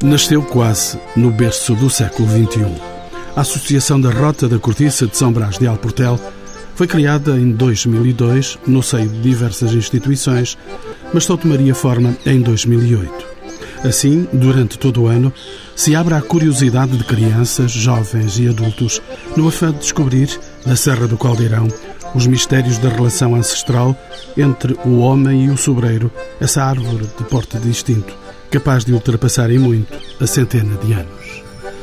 Nasceu quase no berço do século XXI. A Associação da Rota da Cortiça de São Brás de Alportel foi criada em 2002 no seio de diversas instituições, mas só tomaria forma em 2008. Assim, durante todo o ano, se abre à curiosidade de crianças, jovens e adultos no afã de descobrir, na Serra do Caldeirão, os mistérios da relação ancestral entre o homem e o sobreiro, essa árvore de porte distinto, capaz de ultrapassar em muito a centena de anos.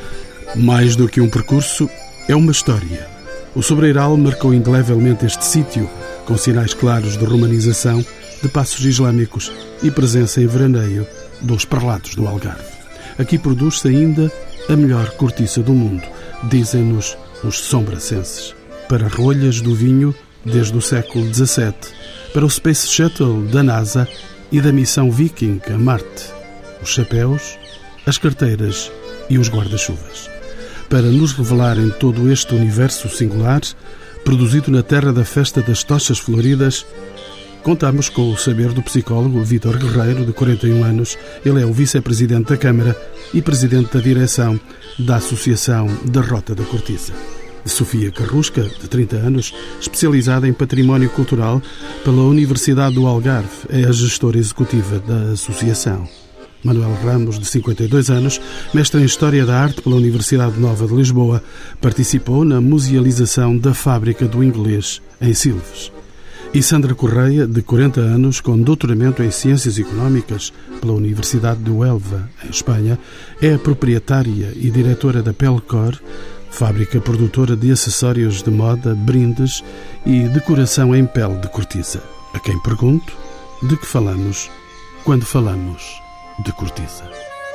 Mais do que um percurso, é uma história. O sobreiral marcou indelevelmente este sítio, com sinais claros de romanização, de passos islâmicos e presença em veraneio dos prelados do Algarve. Aqui produz-se ainda a melhor cortiça do mundo, dizem-nos os sombracenses. Para rolhas do vinho desde o século XVII, para o Space Shuttle da NASA e da missão Viking a Marte, os chapéus, as carteiras e os guarda-chuvas. Para nos revelarem todo este universo singular, produzido na terra da festa das tochas floridas, contamos com o saber do psicólogo Vítor Guerreiro, de 41 anos. Ele é o vice-presidente da Câmara e presidente da direção da Associação da Rota da Cortiça. De Sofia Carrusca, de 30 anos, especializada em património cultural pela Universidade do Algarve, é a gestora executiva da associação. Manuel Ramos, de 52 anos, mestre em História da Arte pela Universidade Nova de Lisboa, participou na musealização da Fábrica do Inglês, em Silves. E Sandra Correia, de 40 anos, com doutoramento em Ciências Económicas pela Universidade de Huelva, em Espanha, é a proprietária e diretora da Pelcor, fábrica produtora de acessórios de moda, brindes e decoração em pele de cortiça. A quem pergunto, de que falamos quando falamos de cortiça?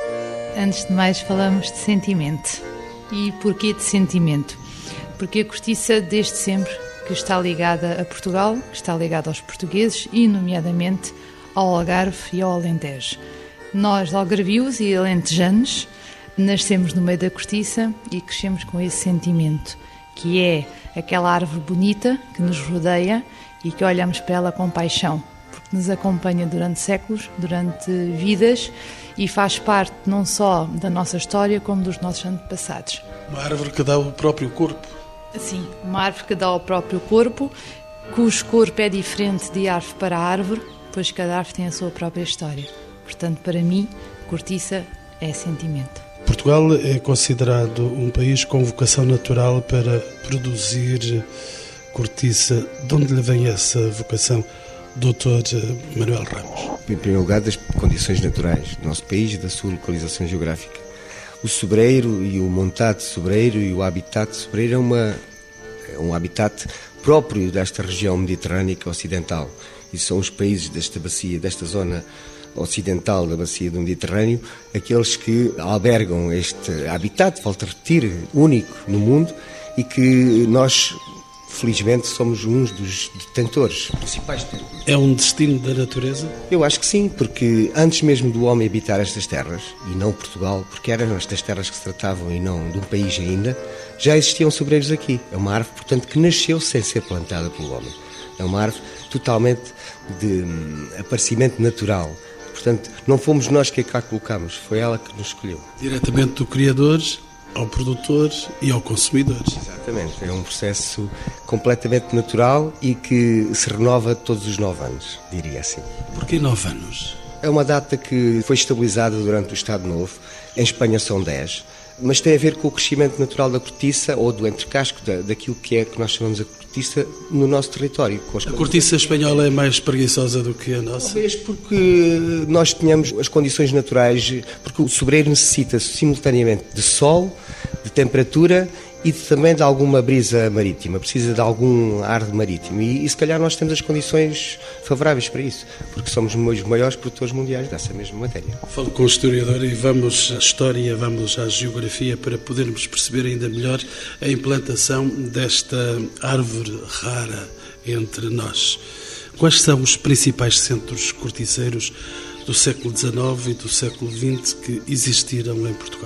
Antes de mais, falamos de sentimento. E porquê de sentimento? Porque a cortiça, desde sempre, que está ligada a Portugal, que está ligada aos portugueses e, nomeadamente, ao Algarve e ao Alentejo. Nós, algarvios e alentejanos, nascemos no meio da cortiça e crescemos com esse sentimento, que é aquela árvore bonita que nos rodeia e que olhamos para ela com paixão, porque nos acompanha durante séculos, durante vidas e faz parte não só da nossa história como dos nossos antepassados. Uma árvore que dá o próprio corpo. Sim, uma árvore que dá o próprio corpo, cujo corpo é diferente de árvore para árvore, pois cada árvore tem a sua própria história. Portanto, para mim, cortiça é sentimento. Portugal é considerado um país com vocação natural para produzir cortiça. De onde lhe vem essa vocação, Dr. Manuel Ramos? Em primeiro lugar, das condições naturais do nosso país e da sua localização geográfica. O sobreiro e o montado de sobreiro e o habitat de sobreiro é um habitat próprio desta região mediterrânica ocidental. E são os países desta bacia, desta zona ocidental da bacia do Mediterrâneo, aqueles que albergam este habitat, volto a repetir, único no mundo e que nós, felizmente, somos uns dos detentores principais. É um destino da natureza? Eu acho que sim, porque antes mesmo do homem habitar estas terras, e não Portugal, porque eram estas terras que se tratavam e não de um país ainda, já existiam sobreiros aqui. É uma árvore, portanto, que nasceu sem ser plantada pelo homem. É uma árvore totalmente de aparecimento natural. Portanto, não fomos nós que a cá colocamos, foi ela que nos escolheu. Diretamente do criador ao produtor e ao consumidor. Exatamente, é um processo completamente natural e que se renova todos os 9 anos, diria assim. Porquê 9 anos? É uma data que foi estabilizada durante o Estado Novo, em Espanha são 10, mas tem a ver com o crescimento natural da cortiça ou do entrecasco, daquilo que nós chamamos a cortiça no nosso território. A cortiça espanhola é mais preguiçosa do que a nossa? Talvez porque nós tenhamos as condições naturais, porque o sobreiro necessita simultaneamente de sol, de temperatura e também de alguma brisa marítima, precisa de algum ar marítimo e se calhar nós temos as condições favoráveis para isso, porque somos os maiores produtores mundiais dessa mesma matéria. Falo com o historiador e vamos à história, vamos à geografia para podermos perceber ainda melhor a implantação desta árvore rara entre nós. Quais são os principais centros corticeiros do século XIX e do século XX que existiram em Portugal?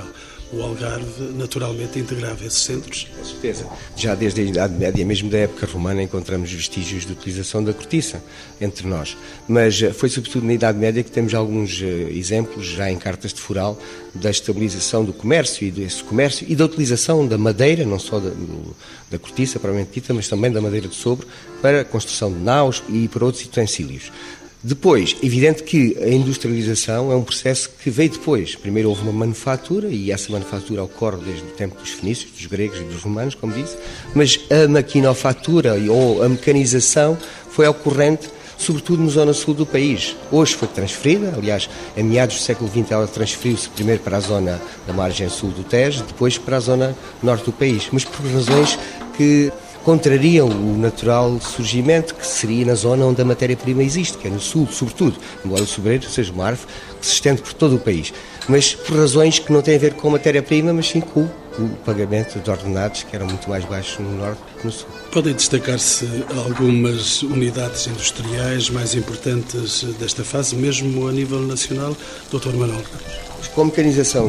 o Algarve naturalmente integrava esses centros? Com certeza. Já desde a Idade Média, mesmo da época romana, encontramos vestígios de utilização da cortiça entre nós. Mas foi sobretudo na Idade Média que temos alguns exemplos, já em cartas de foral, da estabilização do comércio e da utilização da madeira, não só da cortiça propriamente dita, mas também da madeira de sobre, para a construção de naus e para outros utensílios. Depois, evidente que a industrialização é um processo que veio depois. Primeiro houve uma manufatura, e essa manufatura ocorre desde o tempo dos fenícios, dos gregos e dos romanos, como disse, mas a maquinofatura ou a mecanização foi ocorrente sobretudo na zona sul do país. Hoje foi transferida, aliás, em meados do século XX ela transferiu-se primeiro para a zona da margem sul do Tejo, depois para a zona norte do país, mas por razões que contrariam o natural surgimento que seria na zona onde a matéria-prima existe, que é no sul, sobretudo, embora o sobreiro seja uma árvore que se estende por todo o país, mas por razões que não têm a ver com a matéria-prima, mas sim com o pagamento de ordenados, que eram muito mais baixos no norte que no sul. Podem destacar-se algumas unidades industriais mais importantes desta fase, mesmo a nível nacional, Dr. Manuel Ramos? Com a mecanização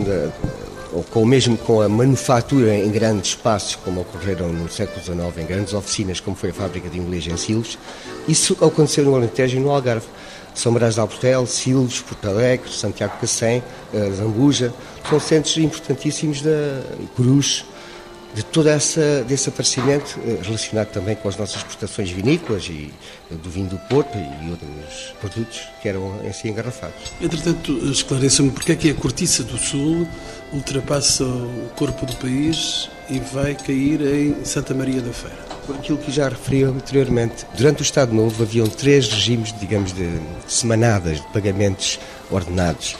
com a manufatura em grandes espaços, como ocorreram no século XIX, em grandes oficinas, como foi a fábrica de Inglês em Silves, isso aconteceu no Alentejo e no Algarve. São Brás de Alportel, Silves, Porto Alegre, Santiago de Cacém, Zambuja, são centros importantíssimos da Cruz, de todo desse aparecimento, relacionado também com as nossas exportações vinícolas e do vinho do Porto e outros produtos que eram assim engarrafados. Entretanto, esclareça-me porque é que a cortiça do Sul ultrapassa o corpo do país e vai cair em Santa Maria da Feira. Aquilo que já referi anteriormente, durante o Estado Novo haviam 3 regimes, digamos, de semanadas de pagamentos ordenados.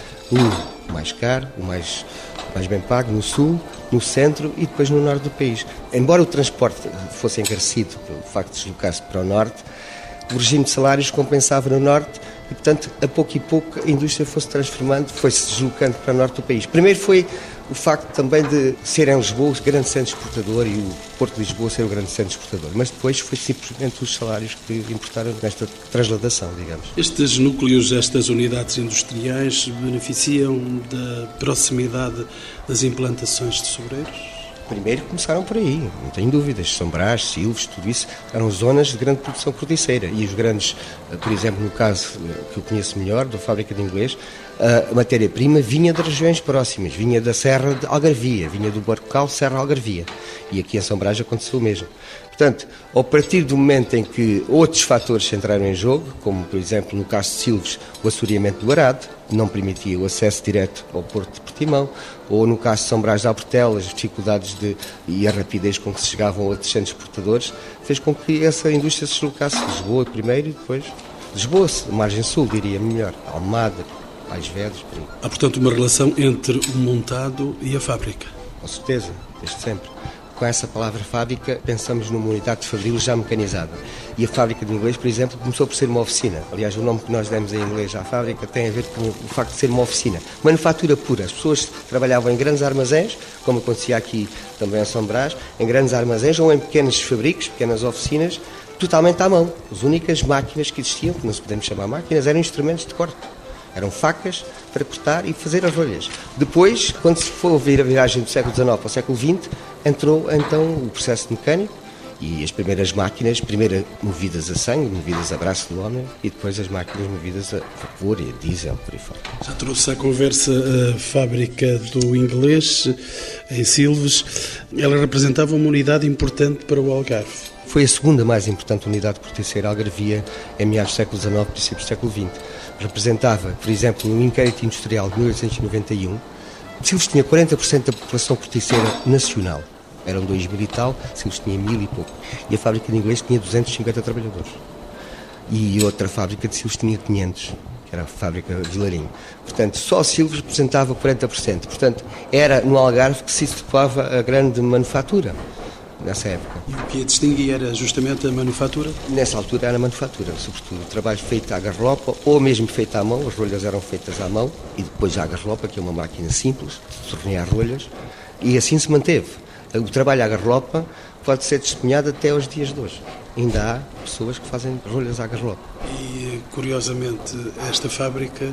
O mais caro, o mais bem pago no Sul, no Centro e depois no Norte do país. Embora o transporte fosse encarecido pelo facto de deslocar-se para o Norte, o regime de salários compensava no Norte e, portanto, a pouco e pouco a indústria foi-se transformando, foi-se deslocando para o Norte do país. Primeiro foi o facto também de ser em Lisboa o grande centro exportador e o Porto de Lisboa ser o grande centro exportador, mas depois foi simplesmente os salários que importaram nesta transladação, digamos. Estes núcleos, estas unidades industriais beneficiam da proximidade das implantações de sobreiros? Primeiro começaram por aí, não tenho dúvidas. São Brás, Silves, tudo isso eram zonas de grande produção corticeira. E os grandes, por exemplo, no caso que eu conheço melhor, da fábrica de Inglês, a matéria-prima vinha de regiões próximas, vinha da Serra de Algarvia, vinha do Barcocal, Serra Algarvia. E aqui em São Brás aconteceu o mesmo. Portanto, a partir do momento em que outros fatores se entraram em jogo, como, por exemplo, no caso de Silves, o assoreamento do arado, não permitia o acesso direto ao Porto de Portimão, ou no caso de São Brás de Alportel, as dificuldades e a rapidez com que se chegavam a outros centros exportadores, fez com que essa indústria se deslocasse de Lisboa primeiro e depois Lisboa, margem sul, diria melhor, Almada, Ais Vedras, por aí. Há, portanto, uma relação entre o montado e a fábrica? Com certeza, desde sempre. Com essa palavra fábrica, pensamos numa unidade fabril já mecanizada. E a fábrica de Inglês, por exemplo, começou por ser uma oficina. Aliás, o nome que nós demos em inglês à fábrica tem a ver com o facto de ser uma oficina. Manufatura pura. As pessoas trabalhavam em grandes armazéns, como acontecia aqui também em São Brás, em grandes armazéns ou em pequenos fabricos, pequenas oficinas, totalmente à mão. As únicas máquinas que existiam, que não se podemos chamar máquinas, eram instrumentos de corte. Eram facas para cortar e fazer as rolhas. Depois, quando se foi ouvir a viragem do século XIX ao século XX, entrou então o processo mecânico e as primeiras máquinas, primeiro movidas a sangue, movidas a braço do homem, e depois as máquinas movidas a vapor e a diesel, por aí fora. Já trouxe à conversa a fábrica do Inglês, em Silves. Ela representava uma unidade importante para o Algarve. Foi a segunda mais importante unidade corticeira algarvia em meados do século XIX, princípios do século XX. Representava, por exemplo, no inquérito industrial de 1891, Silves tinha 40% da população corticeira nacional. Eram 2.000 e tal, Silves tinha 1.000 e pouco. E a fábrica de Inglês tinha 250 trabalhadores. E outra fábrica de Silves tinha 500, que era a fábrica de Vilarinho. Portanto, só Silves representava 40%. Portanto, era no Algarve que se situava a grande manufatura. Nessa época. E o que a distinguia era justamente a manufatura? Nessa altura era a manufatura, sobretudo o trabalho feito à garropa ou mesmo feito à mão. As rolhas eram feitas à mão e depois à garropa, que é uma máquina simples de tornear rolhas, e assim se manteve. O trabalho à garropa pode ser testemunhado até aos dias de hoje. Ainda há pessoas que fazem rolhas à garropa. E, curiosamente, esta fábrica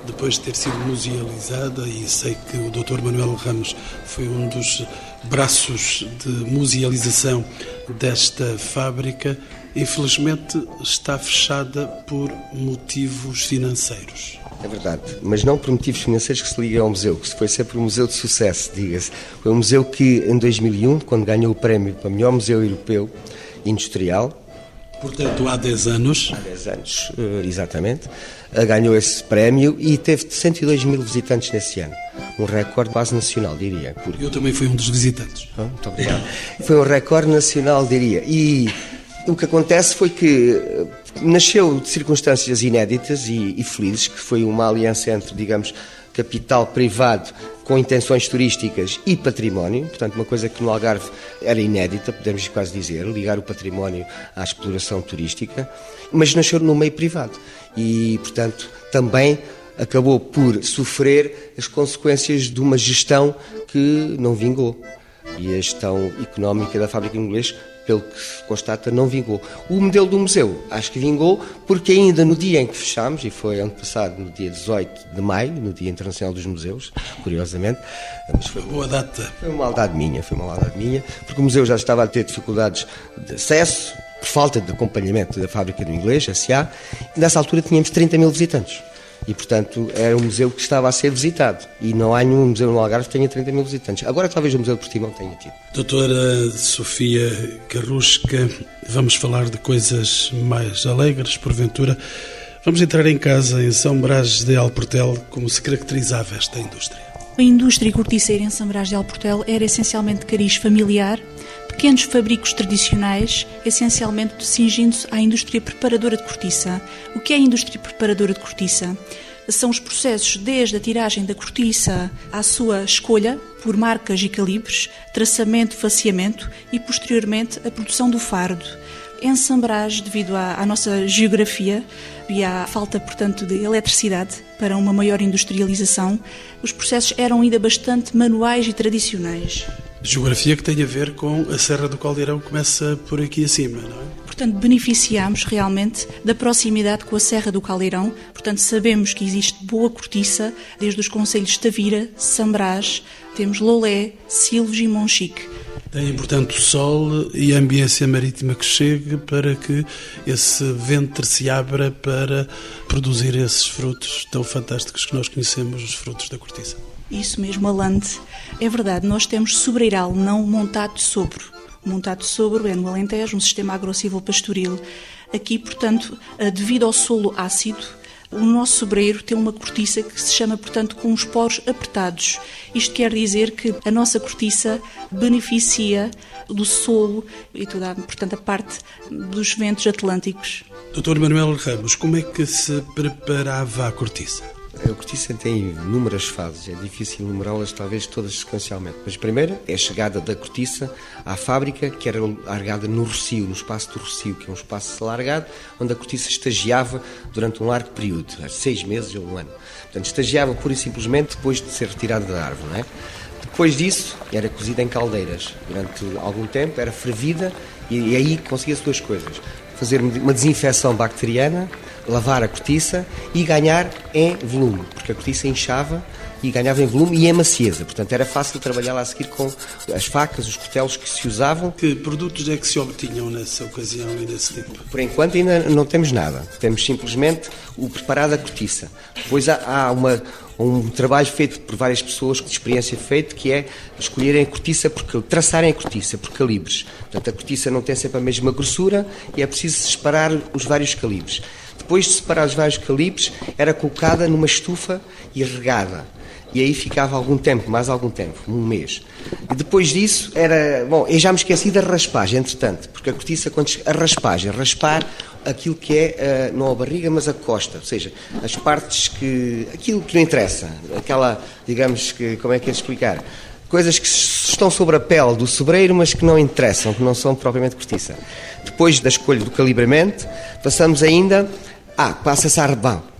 depois de ter sido musealizada, e sei que o Dr. Manuel Ramos foi um dos braços de musealização desta fábrica, infelizmente está fechada por motivos financeiros. É verdade, mas não por motivos financeiros que se liguem ao museu, que foi sempre um museu de sucesso, diga-se. Foi um museu que, em 2001, quando ganhou o prémio para melhor museu europeu industrial... Portanto, há 10 anos. Há 10 anos, exatamente. Ganhou esse prémio e teve 102 mil visitantes nesse ano. Um recorde quase nacional, diria. Eu também fui um dos visitantes. Muito obrigado. Foi um recorde nacional, diria. E o que acontece foi que nasceu de circunstâncias inéditas e felizes, que foi uma aliança entre, digamos, capital privado com intenções turísticas e património, portanto uma coisa que no Algarve era inédita, podemos quase dizer, ligar o património à exploração turística, mas nasceu no meio privado e, portanto, também acabou por sofrer as consequências de uma gestão que não vingou. E a gestão económica da Fábrica Inglês, pelo que se constata, não vingou. O modelo do museu, acho que vingou, porque ainda no dia em que fechámos, e foi ano passado, no dia 18 de maio, no Dia Internacional dos Museus, curiosamente, mas foi boa data. Foi uma maldade minha, porque o museu já estava a ter dificuldades de acesso, por falta de acompanhamento da Fábrica do Inglês, S.A., e nessa altura tínhamos 30 mil visitantes. E, portanto, era um museu que estava a ser visitado. E não há nenhum museu no Algarve que tenha 30 mil visitantes. Agora, talvez o Museu de Portimão tenha tido. Doutora Sofia Carrusca, vamos falar de coisas mais alegres, porventura. Vamos entrar em casa, em São Brás de Alportel, como se caracterizava esta indústria. A indústria corticeira em São Brás de Alportel era essencialmente cariz familiar, pequenos fabricos tradicionais, essencialmente cingindo-se à indústria preparadora de cortiça. O que é a indústria preparadora de cortiça? São os processos desde a tiragem da cortiça à sua escolha por marcas e calibres, traçamento, faceamento e, posteriormente, a produção do fardo. Em São Brás, devido à nossa geografia e à falta, portanto, de eletricidade para uma maior industrialização, os processos eram ainda bastante manuais e tradicionais. Geografia que tem a ver com a Serra do Caldeirão, que começa por aqui acima, não é? Portanto, beneficiamos realmente da proximidade com a Serra do Caldeirão. Portanto, sabemos que existe boa cortiça, desde os concelhos de Tavira, São Brás, temos Lolé, Silves e Monchique. Tem, portanto, sol e a ambiência marítima que chegue para que esse ventre se abra para produzir esses frutos tão fantásticos que nós conhecemos, os frutos da cortiça. Isso mesmo, Alante. É verdade, nós temos sobreiral, não montado de sobro. O montado de sobro é no Alentejo, um sistema agrocilvopastoril. Aqui, portanto, devido ao solo ácido, o nosso sobreiro tem uma cortiça que se chama, portanto, com os poros apertados. Isto quer dizer que a nossa cortiça beneficia do solo e toda, portanto, a parte dos ventos atlânticos. Dr. Manuel Ramos, como é que se preparava a cortiça? A cortiça tem inúmeras fases, é difícil enumerá-las talvez todas sequencialmente. Mas primeiro é a chegada da cortiça à fábrica, que era largada no Rocio, no espaço do Rocio, que é um espaço alargado, onde a cortiça estagiava durante um largo período, 6 meses ou um ano. Portanto, estagiava pura e simplesmente depois de ser retirada da árvore, não é? Depois disso, era cozida em caldeiras. Durante algum tempo, era fervida e aí conseguia-se duas coisas. Fazer uma desinfecção bacteriana, lavar a cortiça e ganhar em volume, porque a cortiça inchava e ganhava em volume e em macieza. Portanto, era fácil trabalhar lá a seguir com as facas, os cotelos que se usavam. Que produtos é que se obtinham nessa ocasião e desse tipo? Por enquanto ainda não temos nada. Temos simplesmente o preparado da cortiça. Depois há um trabalho feito por várias pessoas, de experiência feito, que é escolherem a cortiça, traçarem a cortiça por calibres. Portanto, a cortiça não tem sempre a mesma grossura e é preciso separar os vários calibres. Depois de separar os vários calibres, era colocada numa estufa e regada. E aí ficava algum tempo, mais algum tempo, um mês. E depois disso era... Bom, eu já me esqueci da raspagem, entretanto, porque a cortiça, a raspagem, raspar aquilo que é, não a barriga, mas a costa, ou seja, as partes que... aquilo que não interessa, aquela, digamos, que como é que é de explicar? Coisas que estão sobre a pele do sobreiro, mas que não interessam, que não são propriamente cortiça. Depois da escolha do calibramento, passamos ainda... passa-se a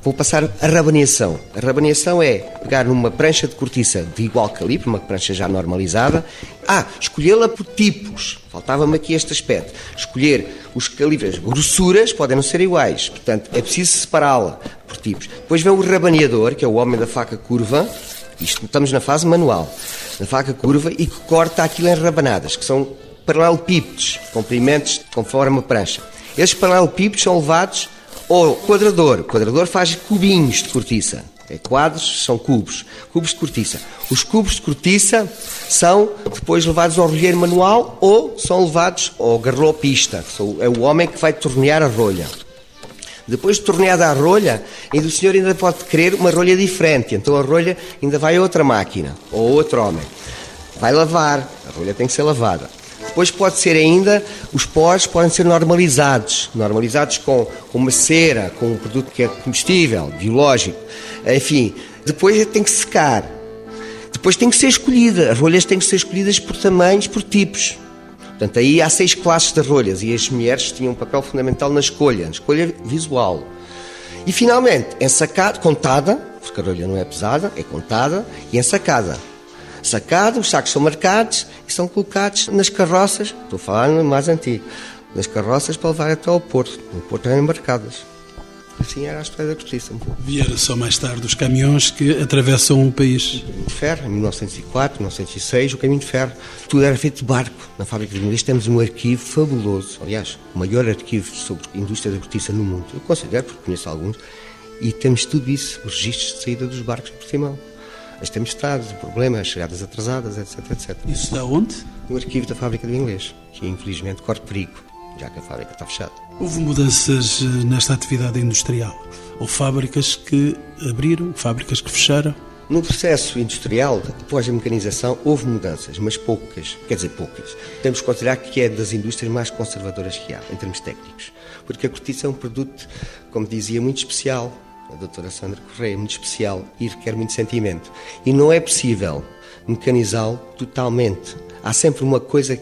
Vou passar a rabaneação. A rabaneação é pegar numa prancha de cortiça de igual calibre, uma prancha já normalizada. Escolhê-la por tipos. Faltava-me aqui este aspecto. Escolher os calibres, grossuras podem não ser iguais. Portanto, é preciso separá-la por tipos. Depois vem o rabaneador, que é o homem da faca curva. Isto estamos na fase manual. Na faca curva e que corta aquilo em rabanadas, que são paralelepípedos, comprimentos conforme a prancha. Esses paralelepípedos são levados ao quadrador. O quadrador faz cubinhos de cortiça. Quadros são cubos de cortiça. Os cubos de cortiça são depois levados ao rolheiro manual ou são levados ao garlopista, é o homem que vai tornear a rolha. Depois de torneada a rolha, o senhor ainda pode querer uma rolha diferente, então a rolha ainda vai a outra máquina, ou outro homem. Vai lavar, a rolha tem que ser lavada. Depois pode ser ainda, os pós podem ser normalizados com uma cera, com um produto que é combustível, biológico, enfim. Depois tem que secar. Depois tem que ser escolhida, as rolhas têm que ser escolhidas por tamanhos, por tipos. Portanto, aí há 6 classes de rolhas e as mulheres tinham um papel fundamental na escolha visual. E finalmente, ensacado, contada, porque a rolha não é pesada, é contada e ensacada. Sacado, os sacos são marcados e são colocados nas carroças, estou a falar no mais antigo, nas carroças para levar até ao Porto. No Porto eram embarcadas. Assim era a história da cortiça. Vieram só mais tarde os caminhões que atravessam o país. O caminho de ferro, em 1904, 1906, o caminho de ferro. Tudo era feito de barco. Na fábrica de Inglês temos um arquivo fabuloso. Aliás, o maior arquivo sobre a indústria da cortiça no mundo. Eu considero, porque conheço alguns, e temos tudo isso, os registros de saída dos barcos de Portimão. As tempestades, problemas, chegadas atrasadas, etc, etc. Isso está onde? No arquivo da fábrica do Inglês, que infelizmente corre perigo, já que a fábrica está fechada. Houve mudanças nesta atividade industrial? Houve fábricas que abriram, fábricas que fecharam? No processo industrial, após a mecanização, houve mudanças, mas poucas. Quer dizer, poucas. Temos que considerar que é das indústrias mais conservadoras que há, em termos técnicos. Porque a cortiça é um produto, como dizia, muito especial. A doutora Sandra Correia, muito especial e requer muito sentimento. E não é possível mecanizá-lo totalmente. Há sempre uma coisa,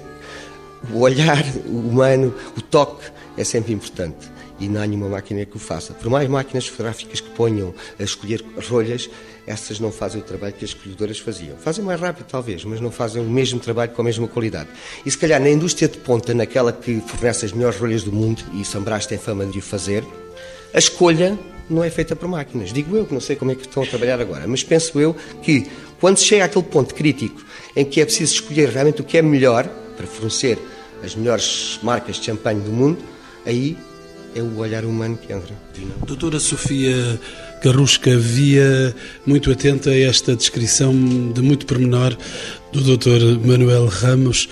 o olhar humano, o toque é sempre importante. E não há nenhuma máquina que o faça. Por mais máquinas fotográficas que ponham a escolher rolhas, essas não fazem o trabalho que as escolhedoras faziam. Fazem mais rápido, talvez, mas não fazem o mesmo trabalho com a mesma qualidade. E se calhar na indústria de ponta, naquela que fornece as melhores rolhas do mundo, e São Brás tem fama de o fazer, a escolha não é feita por máquinas. Digo eu, que não sei como é que estão a trabalhar agora, mas penso eu que quando se chega àquele ponto crítico em que é preciso escolher realmente o que é melhor para fornecer as melhores marcas de champanhe do mundo, aí é o olhar humano que entra. Doutora Sofia Carrusca, via muito atenta a esta descrição de muito pormenor do Dr. Manuel Ramos.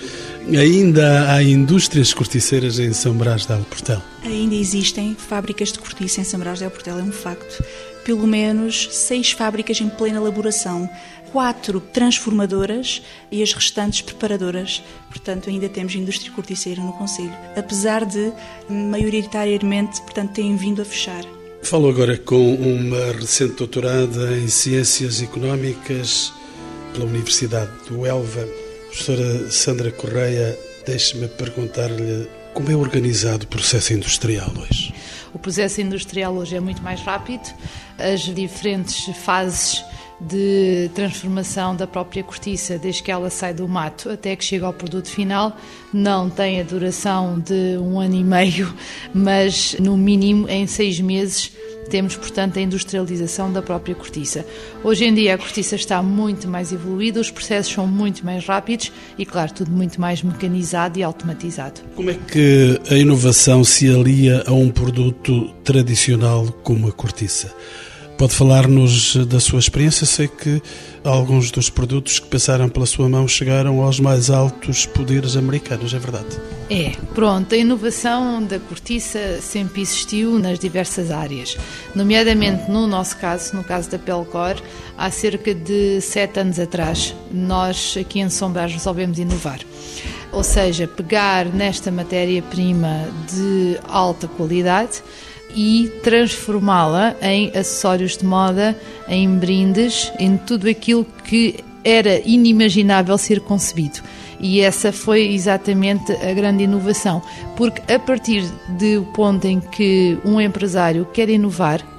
Ainda há indústrias corticeiras em São Brás de Alportel? Ainda existem fábricas de cortiça em São Brás de Alportel, é um facto. Pelo menos 6 fábricas em plena elaboração, 4 transformadoras e as restantes preparadoras. Portanto, ainda temos indústria corticeira no concelho, apesar de, maioritariamente, portanto, terem vindo a fechar. Falo agora com uma recente doutorada em Ciências Económicas pela Universidade do Elva. Professora Sandra Correia, deixe-me perguntar-lhe como é organizado o processo industrial hoje. O processo industrial hoje é muito mais rápido. As diferentes fases de transformação da própria cortiça, desde que ela sai do mato até que chega ao produto final, não tem a duração de 1 ano e meio, mas no mínimo em 6 meses temos, portanto, a industrialização da própria cortiça. Hoje em dia a cortiça está muito mais evoluída, os processos são muito mais rápidos e, claro, tudo muito mais mecanizado e automatizado. Como é que a inovação se alia a um produto tradicional como a cortiça? Pode falar-nos da sua experiência? Sei que alguns dos produtos que passaram pela sua mão chegaram aos mais altos poderes americanos, é verdade? Pronto, a inovação da cortiça sempre existiu nas diversas áreas, nomeadamente no nosso caso, no caso da Pelcor, há cerca de 7 anos atrás, nós aqui em São Brás resolvemos inovar. Ou seja, pegar nesta matéria-prima de alta qualidade e transformá-la em acessórios de moda, em brindes, em tudo aquilo que era inimaginável ser concebido. E essa foi exatamente a grande inovação, porque a partir do ponto em que um empresário quer inovar,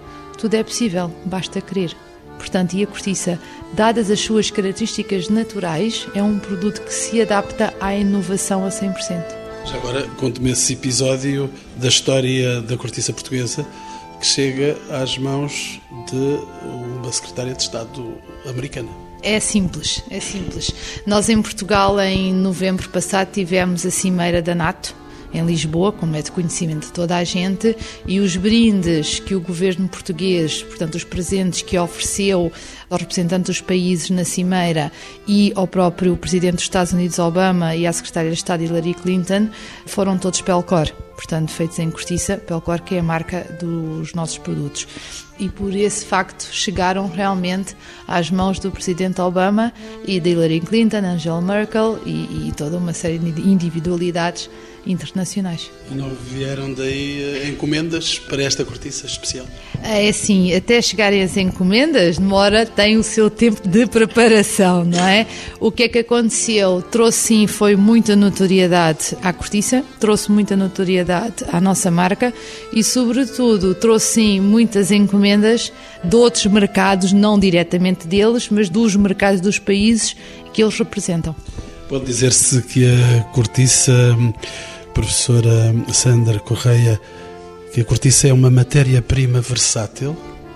tudo é possível, basta querer. Portanto, e a cortiça, dadas as suas características naturais, é um produto que se adapta à inovação a 100%. Já agora, conte-me esse episódio da história da cortiça portuguesa que chega às mãos de uma secretária de Estado americana. É simples, é simples. Nós em Portugal, em novembro passado, tivemos a cimeira da NATO, em Lisboa, como é de conhecimento de toda a gente, e os brindes que o governo português, portanto os presentes que ofereceu aos representantes dos países na cimeira e ao próprio presidente dos Estados Unidos, Obama, e à secretária de Estado, Hillary Clinton, foram todos Pelcor, portanto feitos em cortiça, Pelcor que é a marca dos nossos produtos. E por esse facto chegaram realmente às mãos do presidente Obama e de Hillary Clinton, Angela Merkel e toda uma série de individualidades internacionais. E não vieram daí encomendas para esta cortiça especial? É assim, até chegarem as encomendas, tem o seu tempo de preparação, não é? O que é que aconteceu? Trouxe sim, foi muita notoriedade à cortiça, trouxe muita notoriedade à nossa marca e sobretudo trouxe sim muitas encomendas de outros mercados, não diretamente deles, mas dos mercados dos países que eles representam. Pode dizer-se que a cortiça, professora Sandra Correia, que a cortiça é uma matéria-prima versátil?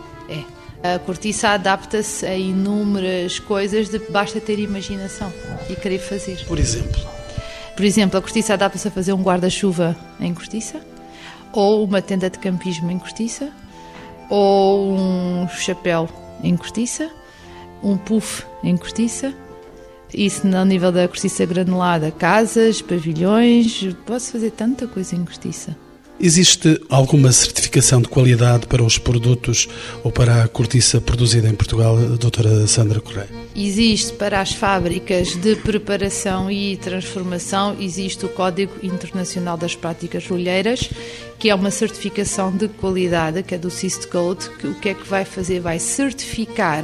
É. A cortiça adapta-se a inúmeras coisas, basta ter imaginação e querer fazer. Por exemplo? Por exemplo, a cortiça adapta-se a fazer um guarda-chuva em cortiça, ou uma tenda de campismo em cortiça, ou um chapéu em cortiça, um puff em cortiça. Isso no nível da cortiça granulada, casas, pavilhões, posso fazer tanta coisa em cortiça. Existe alguma certificação de qualidade para os produtos ou para a cortiça produzida em Portugal, doutora Sandra Correia? Existe para as fábricas de preparação e transformação, existe o Código Internacional das Práticas Rolheiras, que é uma certificação de qualidade, que é do CIST Code, que o que é que vai fazer? Vai certificar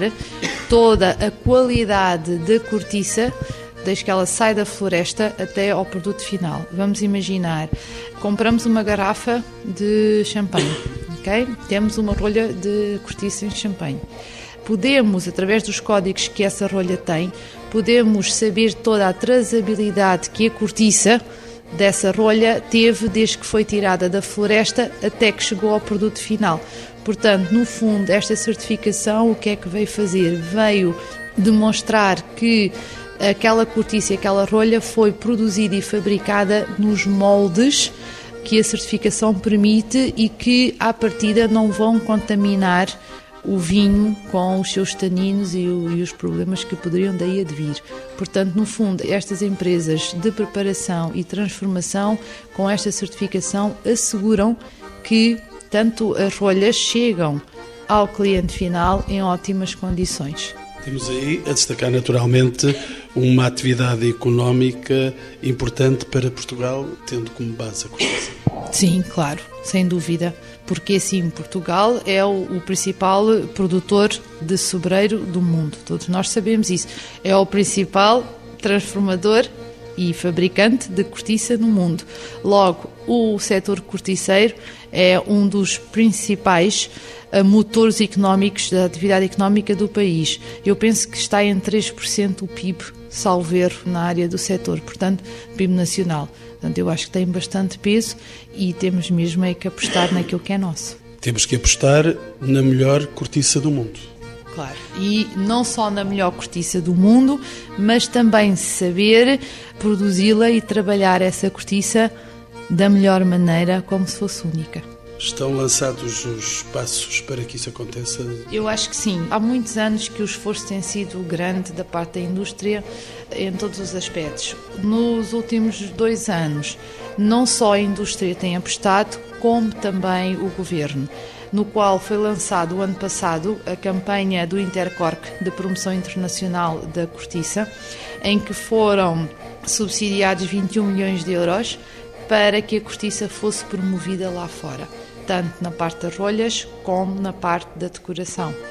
toda a qualidade da cortiça, desde que ela sai da floresta até ao produto final. Vamos imaginar, compramos uma garrafa de champanhe, ok? Temos uma rolha de cortiça em champanhe. Podemos, através dos códigos que essa rolha tem, podemos saber toda a trazabilidade que a cortiça dessa rolha teve desde que foi tirada da floresta até que chegou ao produto final. Portanto, no fundo, esta certificação o que é que veio fazer? Veio demonstrar que aquela cortiça e aquela rolha foi produzida e fabricada nos moldes que a certificação permite e que, à partida, não vão contaminar o vinho com os seus taninos e os problemas que poderiam daí advir. Portanto, no fundo, estas empresas de preparação e transformação, com esta certificação, asseguram que tanto as rolhas chegam ao cliente final em ótimas condições. Temos aí a destacar naturalmente uma atividade económica importante para Portugal, tendo como base a cortiça. Sim, claro, sem dúvida, porque assim Portugal é o principal produtor de sobreiro do mundo, todos nós sabemos isso, é o principal transformador e fabricante de cortiça no mundo. Logo, o setor corticeiro é um dos principais motores económicos da atividade económica do país. Eu penso que está em 3% o PIB, salvo erro, na área do setor, portanto, PIB nacional. Portanto, eu acho que tem bastante peso e temos mesmo é que apostar naquilo que é nosso. Temos que apostar na melhor cortiça do mundo. Claro, e não só na melhor cortiça do mundo, mas também saber produzi-la e trabalhar essa cortiça da melhor maneira, como se fosse única. Estão lançados os passos para que isso aconteça? Eu acho que sim. Há muitos anos que o esforço tem sido grande da parte da indústria em todos os aspectos. Nos últimos 2 anos, não só a indústria tem apostado, como também o governo, no qual foi lançado o ano passado a campanha do Intercorc de promoção internacional da cortiça, em que foram subsidiados 21 milhões de euros para que a cortiça fosse promovida lá fora, tanto na parte das rolhas como na parte da decoração.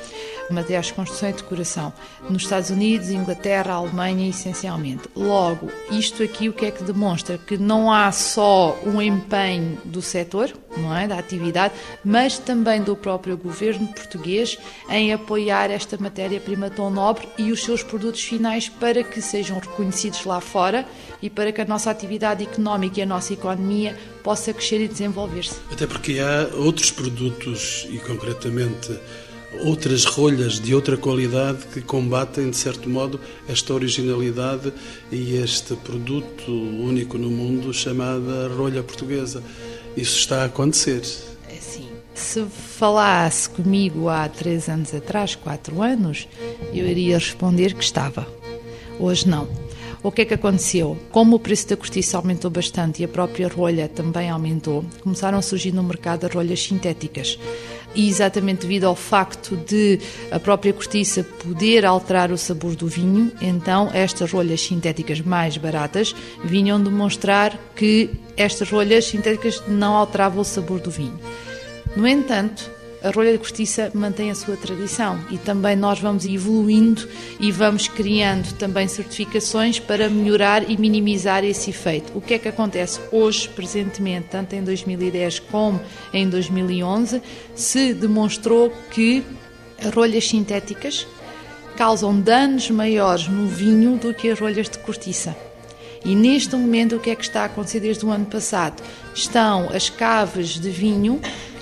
materiais de construção e decoração, nos Estados Unidos, Inglaterra, Alemanha, essencialmente. Logo, isto aqui o que é que demonstra? Que não há só um empenho do setor, não é, da atividade, mas também do próprio governo português em apoiar esta matéria-prima tão nobre e os seus produtos finais para que sejam reconhecidos lá fora e para que a nossa atividade económica e a nossa economia possa crescer e desenvolver-se. Até porque há outros produtos e, concretamente, outras rolhas de outra qualidade que combatem, de certo modo, esta originalidade e este produto único no mundo chamada rolha portuguesa. Isso está a acontecer. Sim. Se falasse comigo há 3 anos atrás, 4 anos, eu iria responder que estava. Hoje não. O que é que aconteceu? Como o preço da cortiça aumentou bastante e a própria rolha também aumentou, começaram a surgir no mercado as rolhas sintéticas. E exatamente devido ao facto de a própria cortiça poder alterar o sabor do vinho, então estas rolhas sintéticas mais baratas vinham demonstrar que estas rolhas sintéticas não alteravam o sabor do vinho. No entanto, a rolha de cortiça mantém a sua tradição e também nós vamos evoluindo e vamos criando também certificações para melhorar e minimizar esse efeito. O que é que acontece hoje, presentemente, tanto em 2010 como em 2011, se demonstrou que as rolhas sintéticas causam danos maiores no vinho do que as rolhas de cortiça. E neste momento o que é que está a acontecer desde o ano passado? Estão as caves de vinho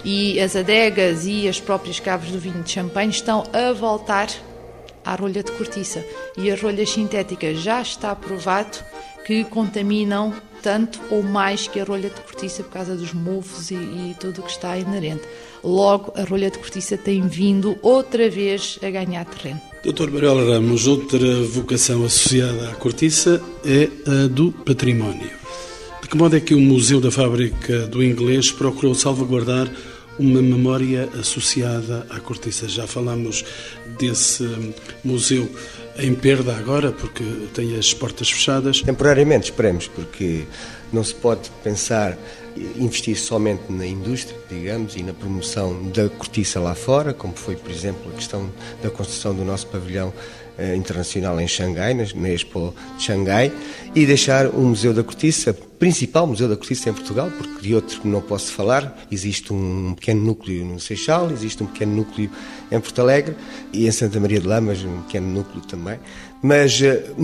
e as adegas e as próprias caves do vinho de champanhe estão a voltar à rolha de cortiça. E as rolhas sintéticas já está provado que contaminam tanto ou mais que a rolha de cortiça por causa dos mofos e tudo o que está inerente. Logo, a rolha de cortiça tem vindo outra vez a ganhar terreno. Dr. Manuel Ramos, outra vocação associada à cortiça é a do património. De que modo é que o Museu da Fábrica do Inglês procurou salvaguardar uma memória associada à cortiça? Já falamos desse museu em perda agora, porque tem as portas fechadas. Temporariamente, esperemos, porque não se pode pensar investir somente na indústria, digamos, e na promoção da cortiça lá fora, como foi, por exemplo, a questão da construção do nosso pavilhão internacional em Xangai, na Expo de Xangai, e deixar o Museu da Cortiça, principal Museu da Cortiça em Portugal, porque de outro não posso falar. Existe um pequeno núcleo no Seixal, existe um pequeno núcleo em Porto Alegre e em Santa Maria de Lamas, um pequeno núcleo também. Mas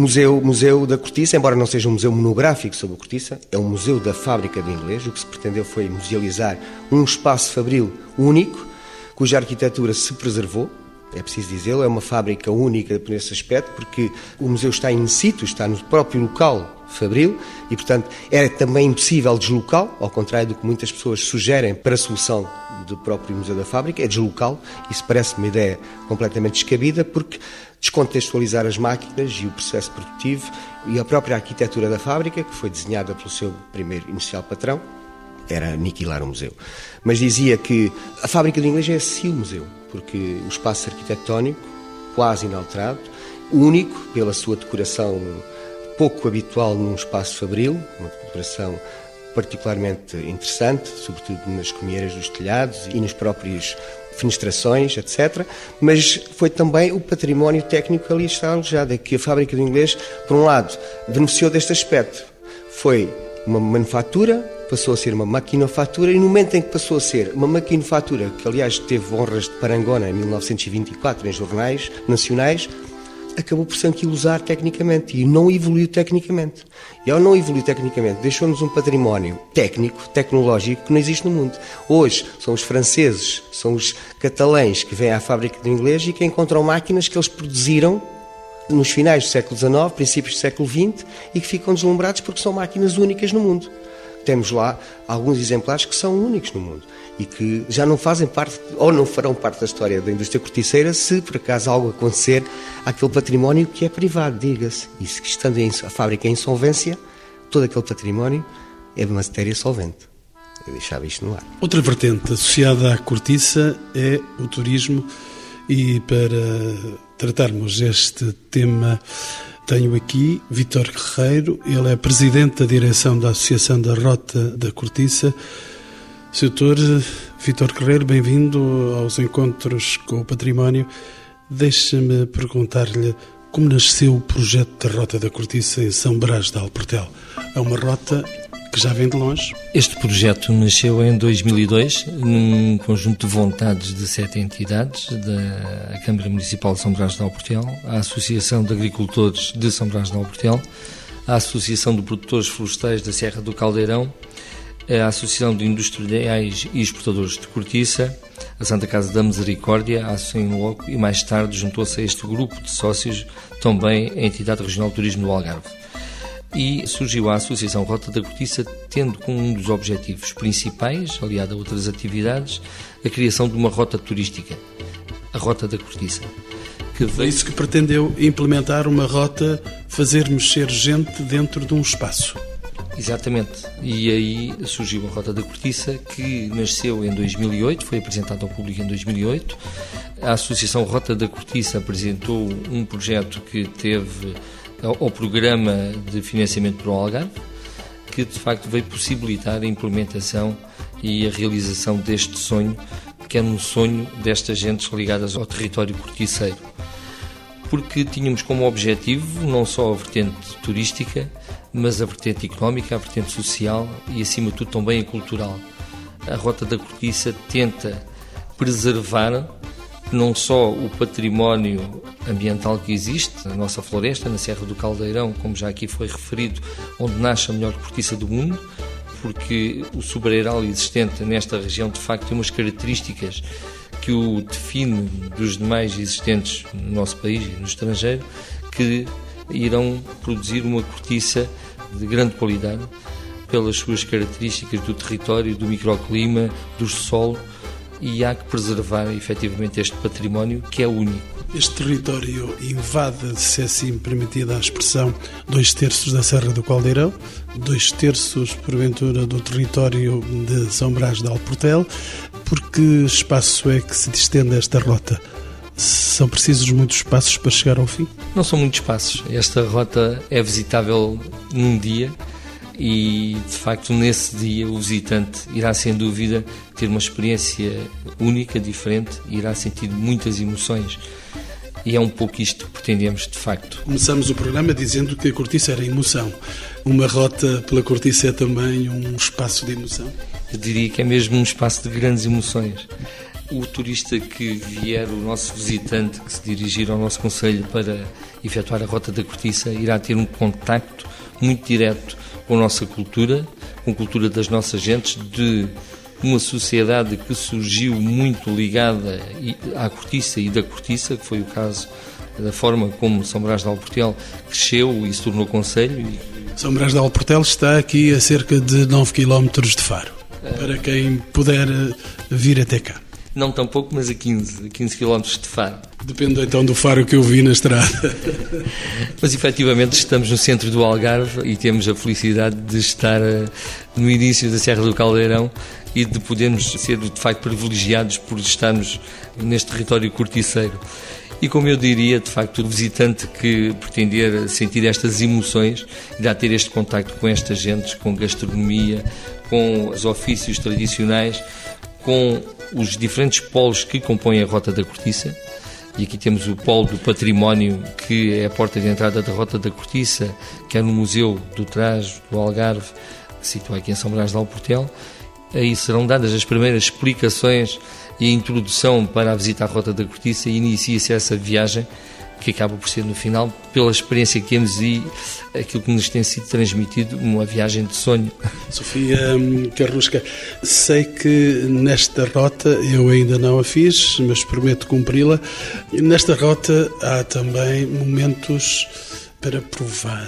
Museu da Cortiça, embora não seja um museu monográfico sobre a cortiça, é um museu da fábrica do inglês. O que se pretendeu foi musealizar um espaço fabril único, cuja arquitetura se preservou. É preciso dizê-lo, é uma fábrica única nesse aspecto, porque o museu está in situ, está no próprio local fabril e, portanto, é também impossível deslocá-lo, ao contrário do que muitas pessoas sugerem para a solução do próprio Museu da Fábrica, é deslocá-lo. Isso parece uma ideia completamente descabida, porque descontextualizar as máquinas e o processo produtivo e a própria arquitetura da fábrica, que foi desenhada pelo seu primeiro inicial patrão, era aniquilar o museu. Mas dizia que a Fábrica do Inglês é assim o museu, porque o espaço arquitetónico, quase inalterado, único pela sua decoração pouco habitual num espaço fabril, uma decoração particularmente interessante, sobretudo nas comieiras dos telhados e nos próprios fenestrações, etc. Mas foi também o património técnico que ali está alojado. É que a Fábrica do Inglês, por um lado, beneficiou deste aspecto. Foi uma manufatura, passou a ser uma maquinofatura, e no momento em que passou a ser uma maquinofatura, que aliás teve honras de parangona em 1924 em jornais nacionais, acabou por se anquilosar tecnicamente e não evoluiu tecnicamente. E ao não evoluir tecnicamente, deixou-nos um património técnico, tecnológico, que não existe no mundo. Hoje são os franceses, são os catalães que vêm à Fábrica do Inglês e que encontram máquinas que eles produziram nos finais do século XIX, princípios do século XX, e que ficam deslumbrados porque são máquinas únicas no mundo. Temos lá alguns exemplares que são únicos no mundo e que já não fazem parte, ou não farão parte da história da indústria corticeira, se por acaso algo acontecer àquele património que é privado, diga-se. E se estando a fábrica em insolvência, todo aquele património é de matéria solvente. Eu deixava isto no ar. Outra vertente associada à cortiça é o turismo, e para tratarmos este tema tenho aqui Vítor Guerreiro. Ele é presidente da direção da Associação da Rota da Cortiça. Sr. Vítor Guerreiro, bem-vindo aos Encontros com o Património. Deixa-me perguntar-lhe como nasceu o projeto da Rota da Cortiça em São Brás de Alportel. É uma rota que já vem de longe? Este projeto nasceu em 2002, num conjunto de vontades de 7 entidades, da Câmara Municipal de São Brás de Alportel, a Associação de Agricultores de São Brás de Alportel, a Associação de Produtores Florestais da Serra do Caldeirão, a Associação de Industriais e Exportadores de Cortiça, a Santa Casa da Misericórdia, a Associação Loco e mais tarde juntou-se a este grupo de sócios também a Entidade Regional de Turismo do Algarve. E surgiu a Associação Rota da Cortiça tendo como um dos objetivos principais, aliado a outras atividades, a criação de uma rota turística, a Rota da Cortiça. É isso que pretendeu implementar uma rota, fazer mexer gente dentro de um espaço. Exatamente, e aí surgiu a Rota da Cortiça, que nasceu em 2008, foi apresentada ao público em 2008. A Associação Rota da Cortiça apresentou um projeto que teve ao Programa de Financiamento para o Algarve, que de facto veio possibilitar a implementação e a realização deste sonho, que é um sonho destas gentes ligadas ao território corticeiro. Porque tínhamos como objetivo não só a vertente turística, mas a vertente económica, a vertente social e, acima de tudo, também a cultural. A Rota da Cortiça tenta preservar não só o património ambiental que existe, a nossa floresta, na Serra do Caldeirão, como já aqui foi referido, onde nasce a melhor cortiça do mundo, porque o sobreiral existente nesta região, de facto, tem umas características que o define dos demais existentes no nosso país e no estrangeiro, que irão produzir uma cortiça de grande qualidade pelas suas características do território, do microclima, do solo, e há que preservar efetivamente este património que é único. Este território invade, se assim permitida a expressão, 2/3 da Serra do Caldeirão, 2/3 porventura do território de São Brás de Alportel. Por que espaço é que se distende esta rota? São precisos muitos passos para chegar ao fim? Não são muitos passos. Esta rota é visitável num dia e, de facto, nesse dia o visitante irá, sem dúvida, ter uma experiência única, diferente, e irá sentir muitas emoções. E é um pouco isto que pretendemos, de facto. Começamos o programa dizendo que a cortiça era emoção. Uma rota pela cortiça é também um espaço de emoção? Eu diria que é mesmo um espaço de grandes emoções. O turista que vier, o nosso visitante que se dirigir ao nosso concelho para efetuar a Rota da Cortiça, irá ter um contacto muito direto com a nossa cultura, com a cultura das nossas gentes, de uma sociedade que surgiu muito ligada à cortiça e da cortiça, que foi o caso da forma como São Brás de Alportel cresceu e se tornou concelho. São Brás de Alportel está aqui a cerca de 9 km de Faro, para quem puder vir até cá. Não tão pouco, mas a 15 km de Faro. Depende então do Faro que eu vi na estrada. Mas efetivamente estamos no centro do Algarve e temos a felicidade de estar no início da Serra do Caldeirão e de podermos ser de facto privilegiados por estarmos neste território corticeiro. E como eu diria, de facto, o visitante que pretender sentir estas emoções irá ter este contacto com estas gentes, com gastronomia, com os ofícios tradicionais, com os diferentes polos que compõem a Rota da Cortiça. E aqui temos o polo do património, que é a porta de entrada da Rota da Cortiça, que é no Museu do Trajo do Algarve, que se situa aqui em São Brás de Alportel. Aí serão dadas as primeiras explicações e a introdução para a visita à Rota da Cortiça e inicia-se essa viagem, que acaba por ser, no final, pela experiência que temos e aquilo que nos tem sido transmitido, uma viagem de sonho. Sofia Carrusca, sei que nesta rota, eu ainda não a fiz, mas prometo cumpri-la, nesta rota há também momentos para provar.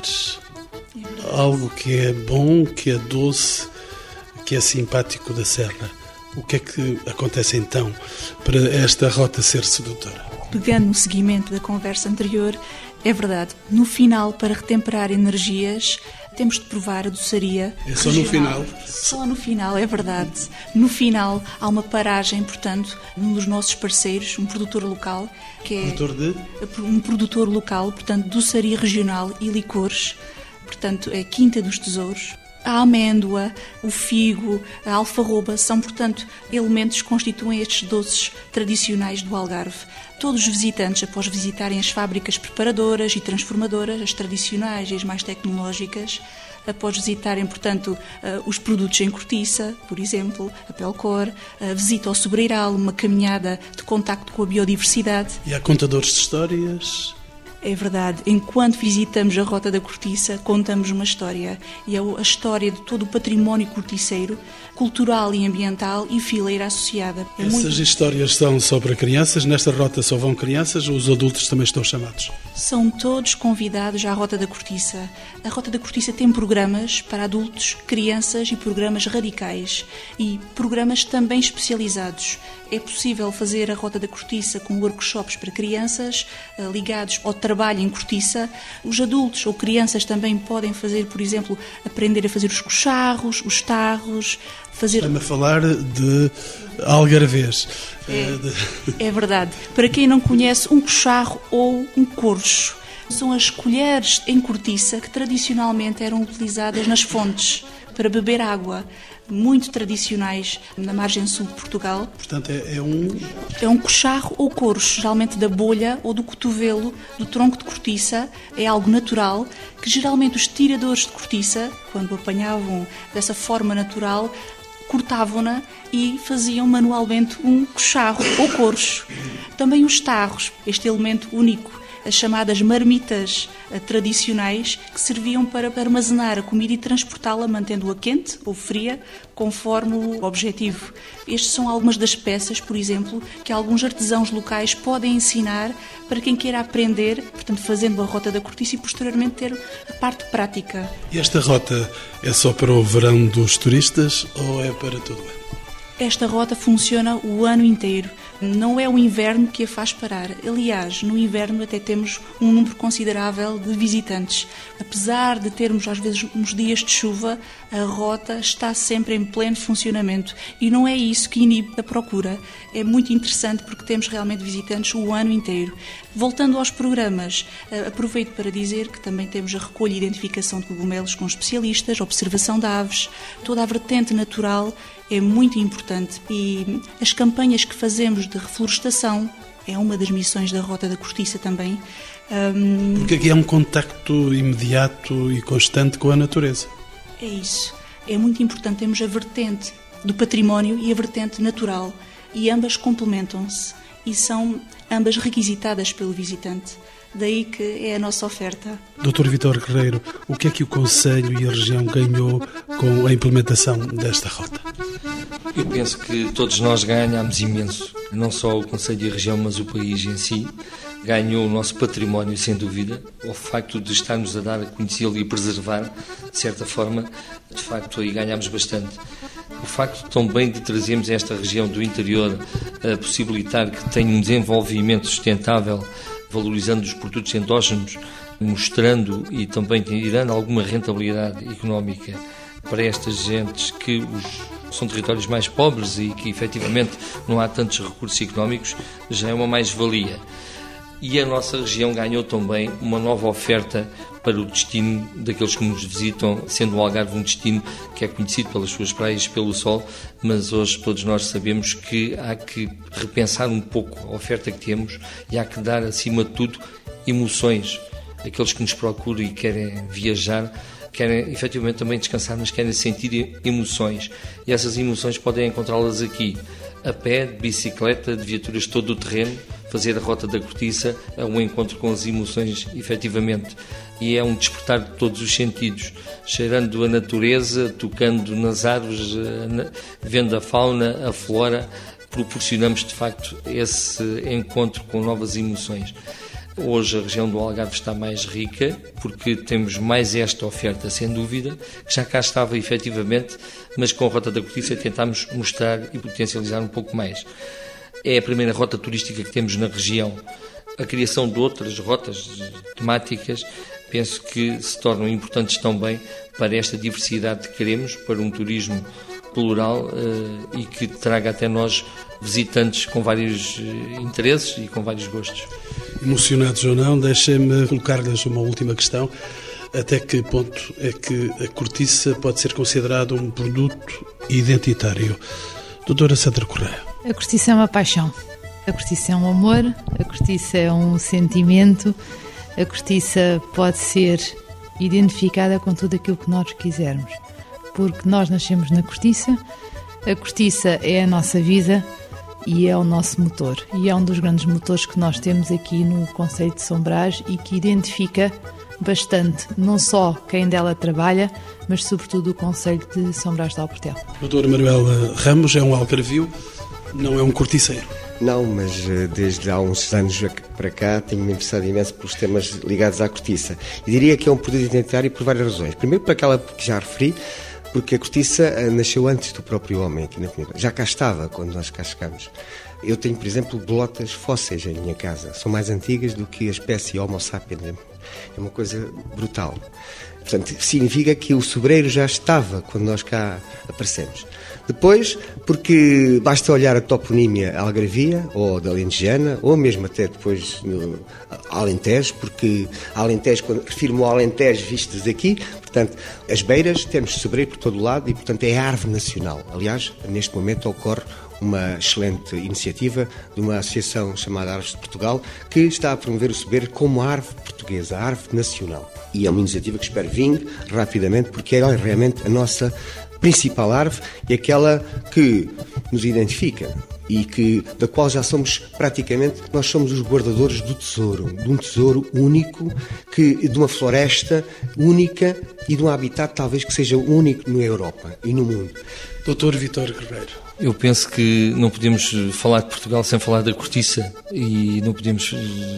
Algo que é bom, que é doce, que é simpático da Serra. O que é que acontece então para esta rota ser sedutora? Pegando no seguimento da conversa anterior, é verdade, no final, para retemperar energias, temos de provar a doçaria. É só regional. No final? Só no final, é verdade. No final há uma paragem, portanto, num dos nossos parceiros, um produtor local, que é um produtor local, portanto, doçaria regional e licores, portanto, é Quinta dos Tesouros. A amêndoa, o figo, a alfarroba são, portanto, elementos que constituem estes doces tradicionais do Algarve. Todos os visitantes, após visitarem as fábricas preparadoras e transformadoras, as tradicionais e as mais tecnológicas, após visitarem, portanto, os produtos em cortiça, por exemplo, a Pelcor, a visita ao Sobreiral, uma caminhada de contacto com a biodiversidade. E há contadores de histórias? É verdade, enquanto visitamos a Rota da Cortiça, contamos uma história. E é a história de todo o património corticeiro, cultural e ambiental e fileira associada. Essas histórias são só para crianças? Nesta rota só vão crianças ou os adultos também estão chamados? São todos convidados à Rota da Cortiça. A Rota da Cortiça tem programas para adultos, crianças e programas radicais. E programas também especializados. É possível fazer a Rota da Cortiça com workshops para crianças ligados ao trabalho em cortiça. Os adultos ou crianças também podem fazer, por exemplo, aprender a fazer os cocharros, os tarros, fazer... Estamos a falar de algarvês. É verdade. Para quem não conhece, um cocharro ou um corcho são as colheres em cortiça que tradicionalmente eram utilizadas nas fontes para beber água, muito tradicionais na margem sul de Portugal. Portanto, É um cocharro ou corcho, geralmente da bolha ou do cotovelo do tronco de cortiça. É algo natural que geralmente os tiradores de cortiça, quando apanhavam dessa forma natural, cortavam-na e faziam manualmente um cocharro ou corcho. Também os tarros, este elemento único, as chamadas marmitas tradicionais, que serviam para armazenar a comida e transportá-la, mantendo-a quente ou fria, conforme o objetivo. Estes são algumas das peças, por exemplo, que alguns artesãos locais podem ensinar para quem queira aprender, portanto, fazendo a Rota da Cortiça e posteriormente ter a parte prática. E esta rota é só para o verão dos turistas ou é para todo o ano? Esta rota funciona o ano inteiro. Não é o inverno que a faz parar. Aliás, no inverno até temos um número considerável de visitantes. Apesar de termos às vezes uns dias de chuva, a rota está sempre em pleno funcionamento. E não é isso que inibe a procura. É muito interessante porque temos realmente visitantes o ano inteiro. Voltando aos programas, aproveito para dizer que também temos a recolha e identificação de cogumelos com especialistas, observação de aves, toda a vertente natural é muito importante e as campanhas que fazemos de reflorestação é uma das missões da Rota da Cortiça também. Porque aqui há um contacto imediato e constante com a natureza. É isso. É muito importante. Temos a vertente do património e a vertente natural e ambas complementam-se e são ambas requisitadas pelo visitante. Daí que é a nossa oferta. Dr. Vítor Guerreiro, o que é que o Conselho e a região ganhou com a implementação desta rota? Eu penso que todos nós ganhamos imenso. Não só o Conselho e a região, mas o país em si. Ganhou o nosso património, sem dúvida. O facto de estarmos a dar a conhecê-lo e a preservar, de certa forma, de facto aí ganhamos bastante. O facto também de trazermos esta região do interior a possibilitar que tenha um desenvolvimento sustentável, valorizando os produtos endógenos, mostrando e também tirando alguma rentabilidade económica para estas gentes que são territórios mais pobres e que efetivamente não há tantos recursos económicos, já é uma mais-valia. E a nossa região ganhou também uma nova oferta para o destino daqueles que nos visitam, sendo o Algarve um destino que é conhecido pelas suas praias e pelo sol, mas hoje todos nós sabemos que há que repensar um pouco a oferta que temos e há que dar, acima de tudo, emoções. Aqueles que nos procuram e querem viajar, querem efetivamente também descansar, mas querem sentir emoções. E essas emoções podem encontrá-las aqui, a pé, de bicicleta, de viaturas de todo o terreno. Fazer a Rota da Cortiça é um encontro com as emoções, efetivamente, e é um despertar de todos os sentidos, cheirando a natureza, tocando nas árvores, vendo a fauna, a flora, proporcionamos de facto esse encontro com novas emoções. Hoje a região do Algarve está mais rica porque temos mais esta oferta, sem dúvida, que já cá estava efetivamente, mas com a Rota da Cortiça tentámos mostrar e potencializar um pouco mais. É a primeira rota turística que temos na região. A criação de outras rotas temáticas penso que se tornam importantes também para esta diversidade que queremos, para um turismo plural e que traga até nós visitantes com vários interesses e com vários gostos. Emocionados ou não, deixem-me colocar-lhes uma última questão. Até que ponto é que a cortiça pode ser considerada um produto identitário? Doutora Sandra Correia. A cortiça é uma paixão. A cortiça é um amor, a cortiça é um sentimento, a cortiça pode ser identificada com tudo aquilo que nós quisermos. Porque nós nascemos na cortiça, a cortiça é a nossa vida e é o nosso motor. E é um dos grandes motores que nós temos aqui no concelho de São Brás e que identifica bastante, não só quem dela trabalha, mas sobretudo o concelho de São Brás de Alportel. Doutor Manuel Ramos é um algarvio, não é um corticeiro. Não, mas desde há uns anos para cá tenho-me interessado imenso pelos temas ligados à cortiça. E diria que é um produto identitário por várias razões. Primeiro, por aquela que já referi, porque a cortiça nasceu antes do próprio homem aqui na Península. Já cá estava quando nós cá chegamos. Eu tenho, por exemplo, bolotas fósseis em minha casa. São mais antigas do que a espécie Homo sapiens. É uma coisa brutal. Portanto, significa que o sobreiro já estava quando nós cá aparecemos. Depois, porque basta olhar a toponímia algarvia, ou da alentejana, ou mesmo até depois no Alentejo, porque Alentejo, quando refiro-me ao Alentejo vistos daqui, portanto, as beiras temos sobreiro por todo o lado e, portanto, é a árvore nacional. Aliás, neste momento ocorre uma excelente iniciativa de uma associação chamada Árvores de Portugal, que está a promover o sobreiro como a árvore portuguesa, a árvore nacional. E é uma iniciativa que espero vingue rapidamente, porque ela é realmente a nossa principal árvore e aquela que nos identifica e da qual já somos praticamente, nós somos os guardadores do tesouro, de um tesouro único, de uma floresta única e de um habitat talvez que seja único na Europa e no mundo. Doutor Vítor Guerreiro. Eu penso que não podemos falar de Portugal sem falar da cortiça e não podemos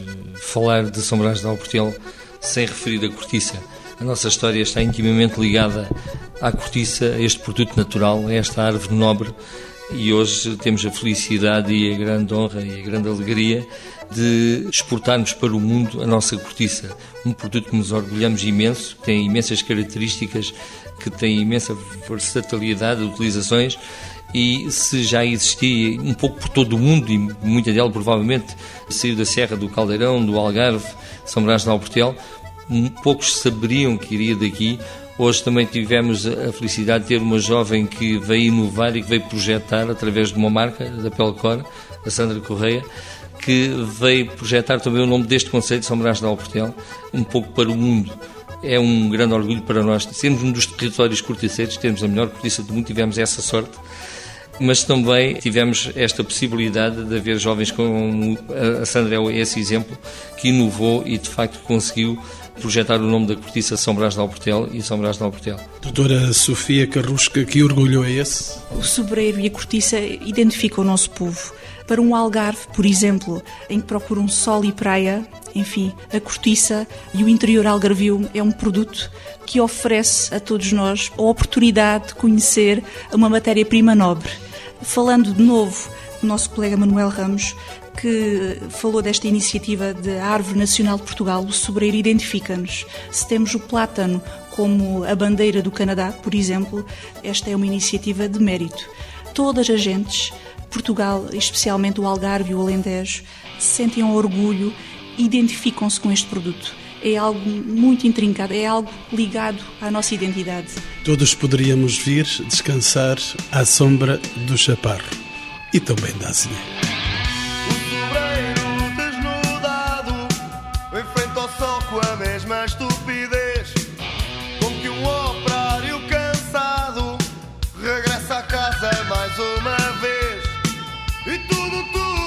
falar de São Brás de Alportel sem referir a cortiça. A nossa história está intimamente ligada à cortiça, a este produto natural, a esta árvore nobre, e hoje temos a felicidade e a grande honra e a grande alegria de exportarmos para o mundo a nossa cortiça, um produto que nos orgulhamos imenso, que tem imensas características, que tem imensa versatilidade de utilizações, e se já existia um pouco por todo o mundo, e muita dela provavelmente saiu da Serra do Caldeirão, do Algarve, São Brás de Alportel, poucos saberiam que iria daqui. Hoje também tivemos a felicidade de ter uma jovem que veio inovar e que veio projetar através de uma marca, da Pelcor, a Sandra Correia, que veio projetar também o nome deste concelho de São Brás de Alportel, um pouco para o mundo. É um grande orgulho para nós sermos um dos territórios corticeiros, termos a melhor cortiça do mundo, tivemos essa sorte. Mas também tivemos esta possibilidade de haver jovens como a Sandra é esse exemplo, que inovou e de facto conseguiu projetar o nome da cortiça São Brás de Alportel e São Brás de Alportel. Doutora Sofia Carrusca, que orgulho é esse? O sobreiro e a cortiça identificam o nosso povo. Para um Algarve, por exemplo, em que procuram sol e praia, enfim, a cortiça e o interior algarvio é um produto que oferece a todos nós a oportunidade de conhecer uma matéria-prima nobre. Falando de novo do nosso colega Manuel Ramos, que falou desta iniciativa da Árvore Nacional de Portugal, o sobreiro identifica-nos. Se temos o plátano como a bandeira do Canadá, por exemplo, esta é uma iniciativa de mérito. Todas as gentes, Portugal, especialmente o Algarve e o Alentejo, sentem um orgulho e identificam-se com este produto. É algo muito intrincado, é algo ligado à nossa identidade. Todos poderíamos vir descansar à sombra do chaparro e também da azinheira. O sobreiro desnudado enfrenta o sol com a mesma estupidez com que um operário cansado regressa a casa mais uma vez. E tudo